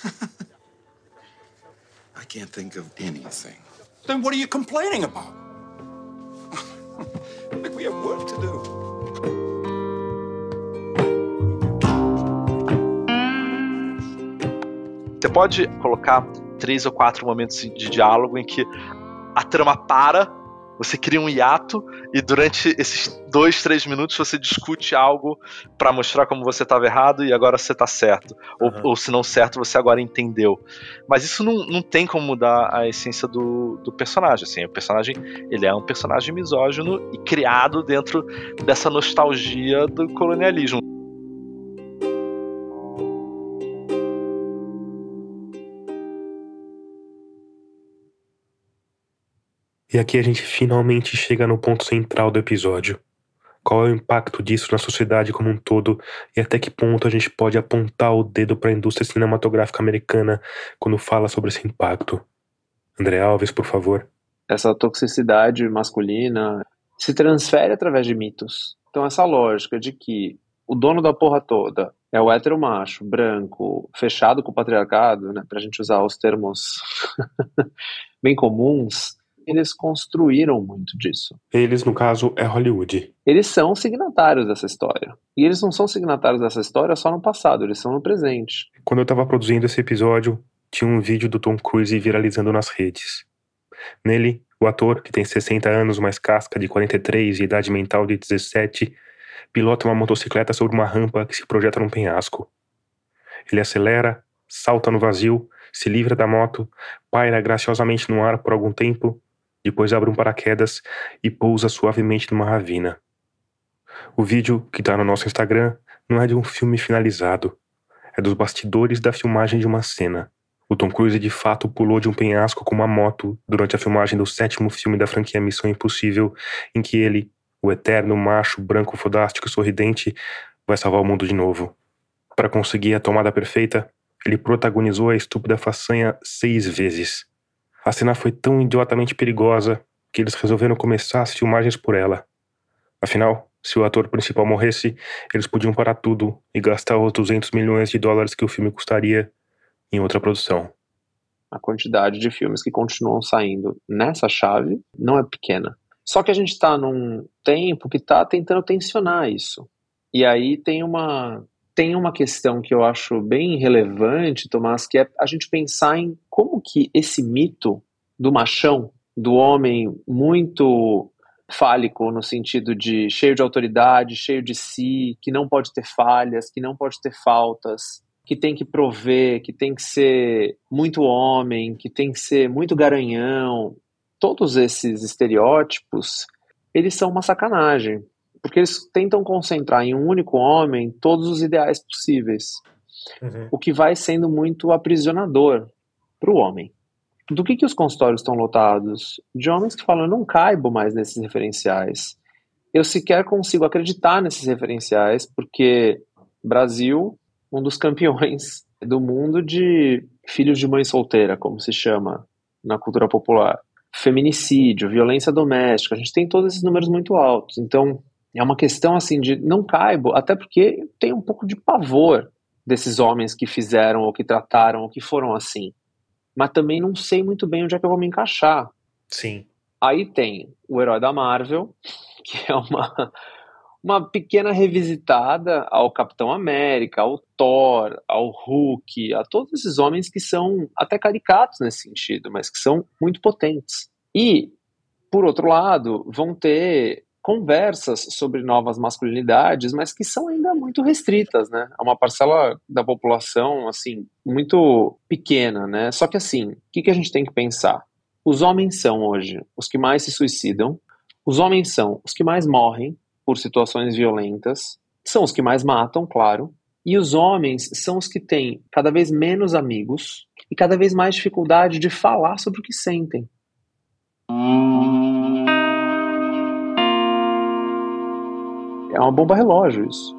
I can't think of anything. Then what are you complaining about? Like we have work to do. Você pode colocar três ou quatro momentos de diálogo em que a trama para, você cria um hiato e durante esses dois, três minutos você discute algo para mostrar como você estava errado e agora você está certo. Ou, uhum. ou se não certo, você agora entendeu. Mas isso não, não tem como mudar a essência do, do personagem. Assim, o personagem ele é um personagem misógino e criado dentro dessa nostalgia do colonialismo. E aqui a gente finalmente chega no ponto central do episódio. Qual é o impacto disso na sociedade como um todo e até que ponto a gente pode apontar o dedo para a indústria cinematográfica americana quando fala sobre esse impacto? André Alves, por favor. Essa toxicidade masculina se transfere através de mitos. Então essa lógica de que o dono da porra toda é o hétero macho, branco, fechado com o patriarcado, né, pra gente usar os termos bem comuns, eles construíram muito disso. Eles, no caso, é Hollywood. Eles são signatários dessa história. E eles não são signatários dessa história só no passado, eles são no presente. Quando eu tava produzindo esse episódio, tinha um vídeo do Tom Cruise viralizando nas redes. Nele, o ator, que tem sessenta anos, mais casca de quarenta e três e idade mental de dezessete, pilota uma motocicleta sobre uma rampa que se projeta num penhasco. Ele acelera, salta no vazio, se livra da moto, paira graciosamente no ar por algum tempo, depois abre um paraquedas e pousa suavemente numa ravina. O vídeo, que tá no nosso Instagram, não é de um filme finalizado. É dos bastidores da filmagem de uma cena. O Tom Cruise de fato pulou de um penhasco com uma moto durante a filmagem do sétimo filme da franquia Missão Impossível, em que ele, o eterno macho branco fodástico e sorridente, vai salvar o mundo de novo. Para conseguir a tomada perfeita, ele protagonizou a estúpida façanha seis vezes. A cena foi tão idiotamente perigosa que eles resolveram começar as filmagens por ela. Afinal, se o ator principal morresse, eles podiam parar tudo e gastar os duzentos milhões de dólares que o filme custaria em outra produção. A quantidade de filmes que continuam saindo nessa chave não é pequena. Só que a gente está num tempo que está tentando tensionar isso. E aí tem uma tem uma questão que eu acho bem relevante, Tomás, que é a gente pensar em como que esse mito do machão, do homem muito fálico, no sentido de cheio de autoridade, cheio de si, que não pode ter falhas, que não pode ter faltas, que tem que prover, que tem que ser muito homem, que tem que ser muito garanhão. Todos esses estereótipos, eles são uma sacanagem, porque eles tentam concentrar em um único homem todos os ideais possíveis, uhum. O que vai sendo muito aprisionador para o homem. Do que, que os consultórios estão lotados? De homens que falam, eu não caibo mais nesses referenciais. Eu sequer consigo acreditar nesses referenciais, porque Brasil, um dos campeões do mundo de filhos de mãe solteira, como se chama na cultura popular. Feminicídio, violência doméstica, a gente tem todos esses números muito altos. Então, é uma questão assim de não caibo, até porque tem um pouco de pavor desses homens que fizeram, ou que trataram, ou que foram assim. Mas também não sei muito bem onde é que eu vou me encaixar. Sim. Aí tem o herói da Marvel, que é uma, uma pequena revisitada ao Capitão América, ao Thor, ao Hulk, a todos esses homens que são até caricatos nesse sentido, mas que são muito potentes. E, por outro lado, vão ter conversas sobre novas masculinidades, mas que são ainda muito restritas, né? É uma parcela da população, assim, muito pequena, né? Só que, assim, o que, que a gente tem que pensar? Os homens são, hoje, os que mais se suicidam, os homens são os que mais morrem por situações violentas, são os que mais matam, claro, e os homens são os que têm cada vez menos amigos e cada vez mais dificuldade de falar sobre o que sentem. É uma bomba relógio isso.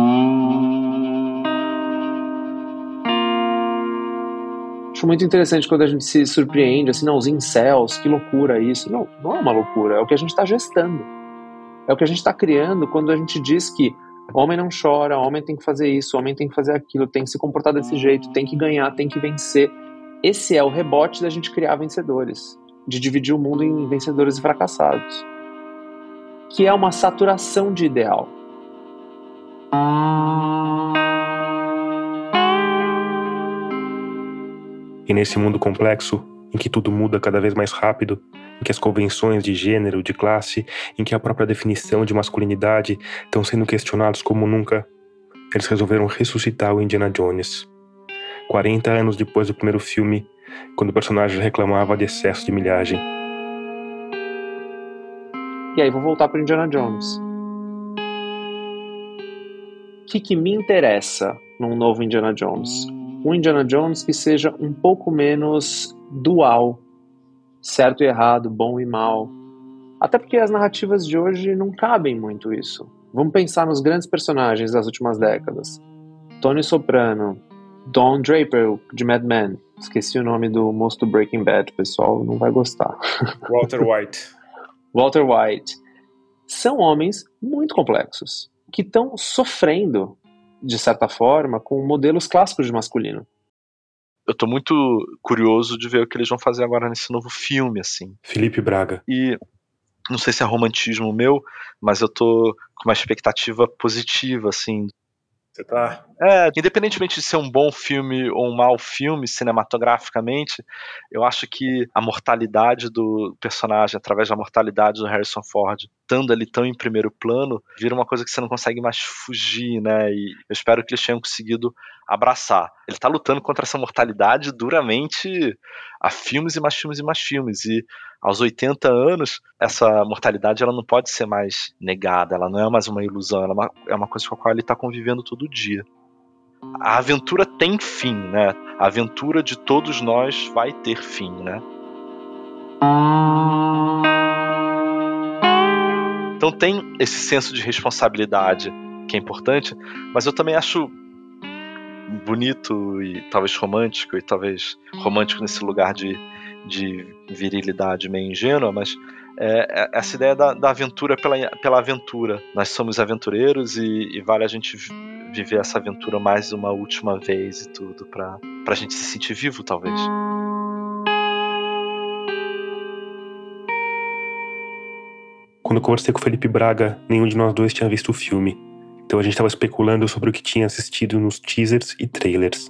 Acho muito interessante quando a gente se surpreende, assim, não, os incels, que loucura isso. Não, não é uma loucura, é o que a gente está gestando. É o que a gente está criando quando a gente diz que homem não chora, homem tem que fazer isso, homem tem que fazer aquilo, tem que se comportar desse jeito, tem que ganhar, tem que vencer. Esse é o rebote da gente criar vencedores, de dividir o mundo em vencedores e fracassados. Que é uma saturação de ideal. E nesse mundo complexo, em que tudo muda cada vez mais rápido, em que as convenções de gênero, de classe, em que a própria definição de masculinidade estão sendo questionados como nunca, eles resolveram ressuscitar o Indiana Jones. quarenta anos depois do primeiro filme, quando o personagem reclamava de excesso de milhagem. E aí vou voltar para Indiana Jones. O que, que me interessa num novo Indiana Jones? Um Indiana Jones que seja um pouco menos dual, certo e errado, bom e mal. Até porque as narrativas de hoje não cabem muito isso. Vamos pensar nos grandes personagens das últimas décadas. Tony Soprano, Don Draper, de Mad Men. Esqueci o nome do moço do Breaking Bad, o pessoal não vai gostar. Walter White. Walter White. São homens muito complexos, que estão sofrendo, de certa forma, com modelos clássicos de masculino. Eu tô muito curioso de ver o que eles vão fazer agora nesse novo filme, assim. Felipe Braga. E não sei se é romantismo meu, mas eu tô com uma expectativa positiva, assim. Você tá? É, independentemente de ser um bom filme ou um mau filme cinematograficamente, eu acho que a mortalidade do personagem, através da mortalidade do Harrison Ford, estando ali tão em primeiro plano, vira uma coisa que você não consegue mais fugir, né? E eu espero que eles tenham conseguido abraçar. Ele tá lutando contra essa mortalidade duramente há filmes e mais filmes e mais filmes. E aos oitenta anos, essa mortalidade ela não pode ser mais negada, ela não é mais uma ilusão, ela é uma, é uma coisa com a qual ele está convivendo todo dia. A aventura tem fim, né? A aventura de todos nós vai ter fim, né? Então tem esse senso de responsabilidade que é importante, mas eu também acho bonito e talvez romântico, e talvez romântico nesse lugar de, de virilidade meio ingênua, mas é, é essa ideia da, da aventura pela, pela aventura. Nós somos aventureiros e, e vale a gente viver essa aventura mais uma última vez e tudo, pra, pra gente se sentir vivo, talvez. Quando eu conversei com o Felipe Braga, nenhum de nós dois tinha visto o filme. Então a gente estava especulando sobre o que tinha assistido nos teasers e trailers.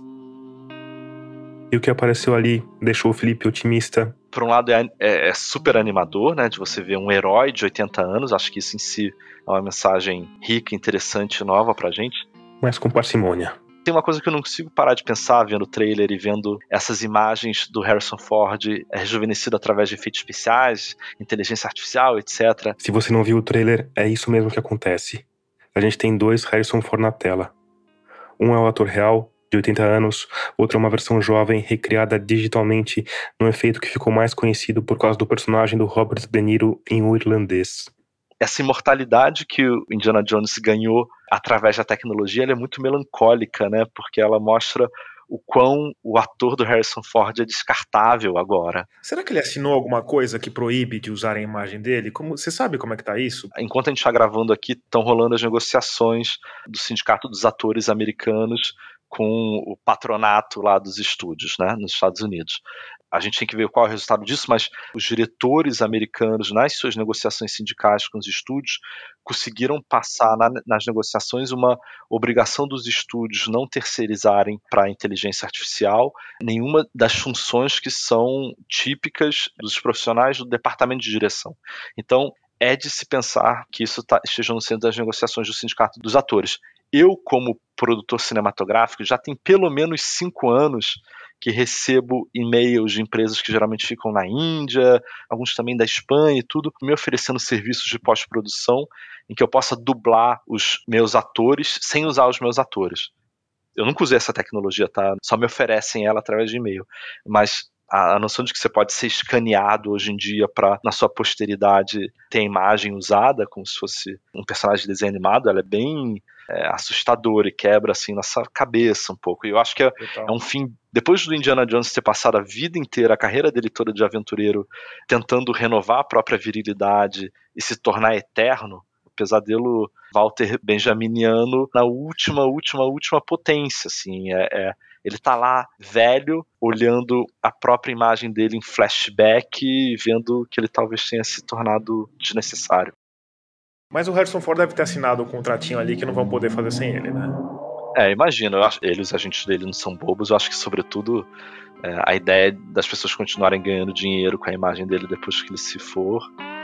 E o que apareceu ali deixou o Felipe otimista. Por um lado é, é, é super animador, né, de você ver um herói de oitenta anos, acho que isso em si é uma mensagem rica, interessante e nova pra gente. Mas com parcimônia. Tem uma coisa que eu não consigo parar de pensar vendo o trailer e vendo essas imagens do Harrison Ford rejuvenescido através de efeitos especiais, inteligência artificial, etcétera. Se você não viu o trailer, é isso mesmo que acontece. A gente tem dois Harrison Ford na tela. Um é o ator real, de oitenta anos, outro é uma versão jovem, recriada digitalmente, num efeito que ficou mais conhecido por causa do personagem do Robert De Niro em O Irlandês. Essa imortalidade que o Indiana Jones ganhou através da tecnologia, ela é muito melancólica, né? Porque ela mostra o quão o ator do Harrison Ford é descartável agora. Será que ele assinou alguma coisa que proíbe de usar a imagem dele? Como, você sabe como é que tá isso? Enquanto a gente está gravando aqui, estão rolando as negociações do Sindicato dos Atores Americanos com o patronato lá dos estúdios, né, nos Estados Unidos. A gente tem que ver qual é o resultado disso, mas os diretores americanos, nas suas negociações sindicais com os estúdios, conseguiram passar na, nas negociações uma obrigação dos estúdios não terceirizarem para a inteligência artificial nenhuma das funções que são típicas dos profissionais do departamento de direção. Então, é de se pensar que isso tá, esteja no centro das negociações do Sindicato dos Atores. Eu, como produtor cinematográfico, já tem pelo menos cinco anos que recebo e-mails de empresas que geralmente ficam na Índia, alguns também da Espanha e tudo, me oferecendo serviços de pós-produção em que eu possa dublar os meus atores sem usar os meus atores. Eu nunca usei essa tecnologia, tá? Só me oferecem ela através de e-mail. Mas a noção de que você pode ser escaneado hoje em dia para, na sua posteridade, ter a imagem usada como se fosse um personagem de desenho animado, ela é bem é, assustadora e quebra assim nossa cabeça um pouco. E eu acho que é, é um fim. Depois do Indiana Jones ter passado a vida inteira, a carreira dele toda de aventureiro, tentando renovar a própria virilidade e se tornar eterno, o pesadelo Walter Benjaminiano na última, última, última potência, assim, é, é ele tá lá, velho, olhando a própria imagem dele em flashback e vendo que ele talvez tenha se tornado desnecessário. Mas o Harrison Ford deve ter assinado um contratinho ali que não vão poder fazer sem ele, né? É, imagina, eu acho, ele, os agentes dele não são bobos, eu acho que, sobretudo, é, a ideia das pessoas continuarem ganhando dinheiro com a imagem dele depois que ele se for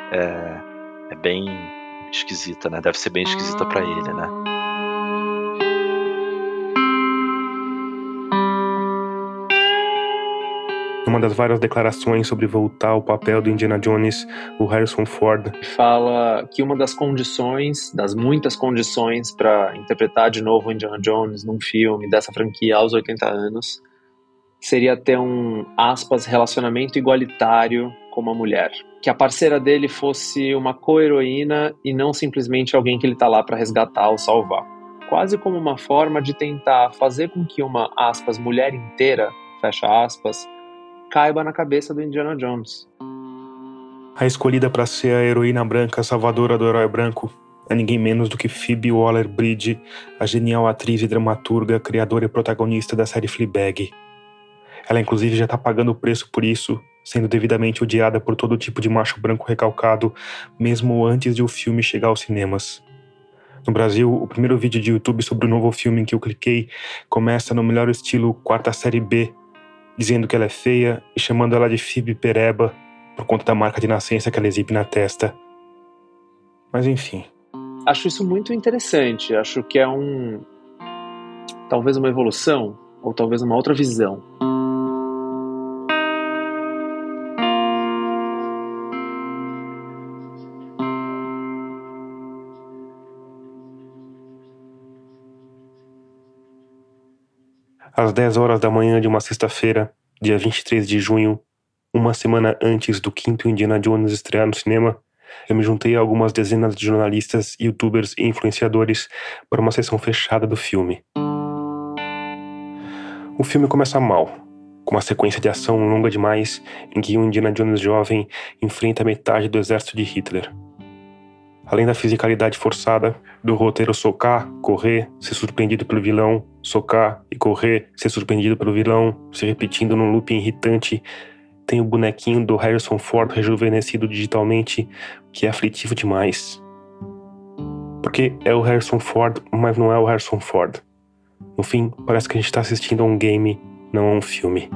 é, é bem esquisita, né? Deve ser bem esquisita pra ele, né? Uma das várias declarações sobre voltar ao papel do Indiana Jones, o Harrison Ford fala que uma das condições, das muitas condições para interpretar de novo o Indiana Jones num filme dessa franquia aos oitenta anos, seria ter um, aspas, relacionamento igualitário com uma mulher. Que a parceira dele fosse uma co-heroína e não simplesmente alguém que ele tá lá para resgatar ou salvar. Quase como uma forma de tentar fazer com que uma, aspas, mulher inteira, fecha aspas, caiba na cabeça do Indiana Jones. A escolhida para ser a heroína branca salvadora do herói branco é ninguém menos do que Phoebe Waller-Bridge, a genial atriz e dramaturga, criadora e protagonista da série Fleabag. Ela inclusive já tá pagando o preço por isso, sendo devidamente odiada por todo tipo de macho branco recalcado, mesmo antes de o filme chegar aos cinemas. No Brasil, o primeiro vídeo de YouTube sobre o novo filme em que eu cliquei começa no melhor estilo quarta série B, dizendo que ela é feia e chamando ela de Phoebe Pereba por conta da marca de nascença que ela exibe na testa. Mas enfim. Acho isso muito interessante. Acho que é um... talvez uma evolução, ou talvez uma outra visão. Às dez horas da manhã de uma sexta-feira, dia vinte e três de junho, uma semana antes do quinto Indiana Jones estrear no cinema, eu me juntei a algumas dezenas de jornalistas, youtubers e influenciadores para uma sessão fechada do filme. O filme começa mal, com uma sequência de ação longa demais em que um Indiana Jones jovem enfrenta metade do exército de Hitler. Além da fisicalidade forçada, do roteiro socar, correr, ser surpreendido pelo vilão, socar e correr, ser surpreendido pelo vilão, se repetindo num loop irritante, tem o bonequinho do Harrison Ford rejuvenescido digitalmente, que é aflitivo demais. Porque é o Harrison Ford, mas não é o Harrison Ford. No fim, parece que a gente está assistindo a um game, não a um filme.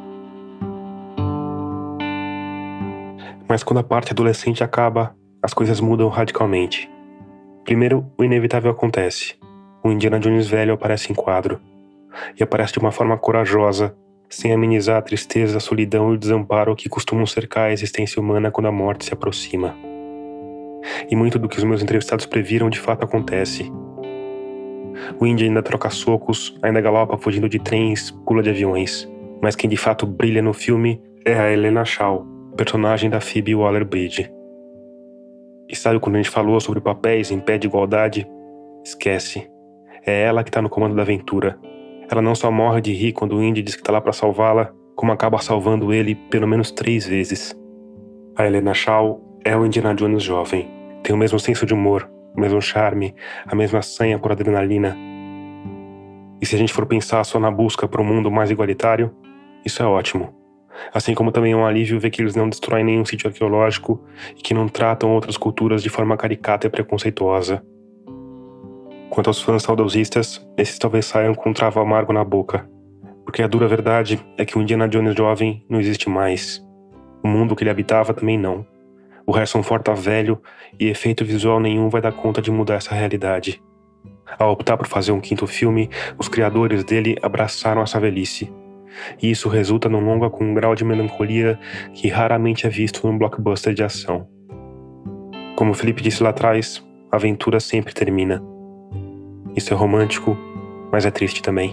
Mas quando a parte adolescente acaba, as coisas mudam radicalmente. Primeiro, o inevitável acontece. O Indiana Jones velho aparece em quadro. E aparece de uma forma corajosa, sem amenizar a tristeza, a solidão e o desamparo que costumam cercar a existência humana quando a morte se aproxima. E muito do que os meus entrevistados previram de fato acontece. O Indy ainda troca socos, ainda galopa fugindo de trens, pula de aviões. Mas quem de fato brilha no filme é a Helena Shaw, personagem da Phoebe Waller-Bridge. E sabe quando a gente falou sobre papéis em pé de igualdade? Esquece. É ela que tá no comando da aventura. Ela não só morre de rir quando o Indy diz que tá lá pra salvá-la, como acaba salvando ele pelo menos três vezes. A Helena Shaw é o Indiana Jones jovem. Tem o mesmo senso de humor, o mesmo charme, a mesma sanha por adrenalina. E se a gente for pensar só na busca por um mundo mais igualitário, isso é ótimo. Assim como também é um alívio ver que eles não destroem nenhum sítio arqueológico e que não tratam outras culturas de forma caricata e preconceituosa. Quanto aos fãs saudosistas, esses talvez saiam com um travo amargo na boca, porque a dura verdade é que o Indiana Jones jovem não existe mais. O mundo que ele habitava também não. O Harrison Ford tá velho e efeito visual nenhum vai dar conta de mudar essa realidade. Ao optar por fazer um quinto filme, os criadores dele abraçaram essa velhice. E isso resulta num longa com um grau de melancolia que raramente é visto num blockbuster de ação. Como o Felipe disse lá atrás, a aventura sempre termina. Isso é romântico, mas é triste também.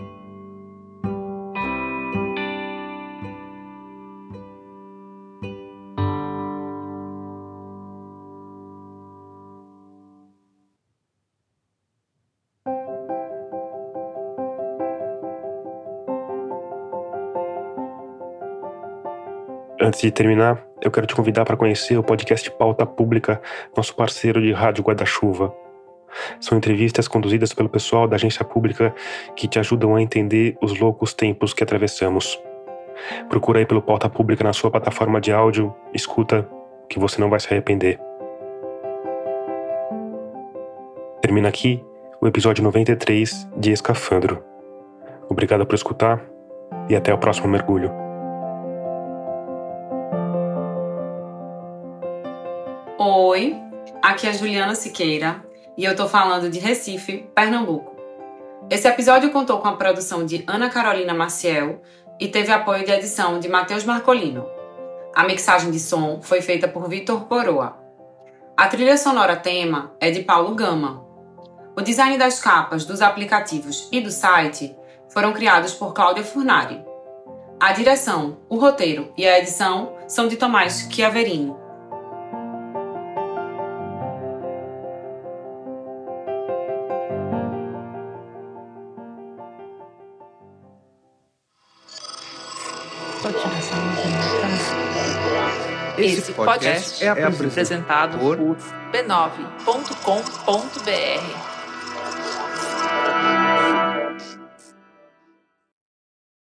Antes de terminar, eu quero te convidar para conhecer o podcast Pauta Pública, nosso parceiro de Rádio Guarda-Chuva. São entrevistas conduzidas pelo pessoal da agência pública que te ajudam a entender os loucos tempos que atravessamos. Procura aí pelo Pauta Pública na sua plataforma de áudio, escuta, que você não vai se arrepender. Termina aqui o episódio noventa e três de Escafandro. Obrigado por escutar e até o próximo mergulho. Oi, aqui é a Juliana Siqueira e eu tô falando de Recife, Pernambuco. Esse episódio contou com a produção de Ana Carolina Maciel e teve apoio de edição de Matheus Marcolino. A mixagem de som foi feita por Vitor Poroa. A trilha sonora tema é de Paulo Gama. O design das capas, dos aplicativos e do site foram criados por Cláudia Furnari. A direção, o roteiro e a edição são de Tomás Chiaverini. Esse podcast é apresentado por b nove ponto com ponto b r.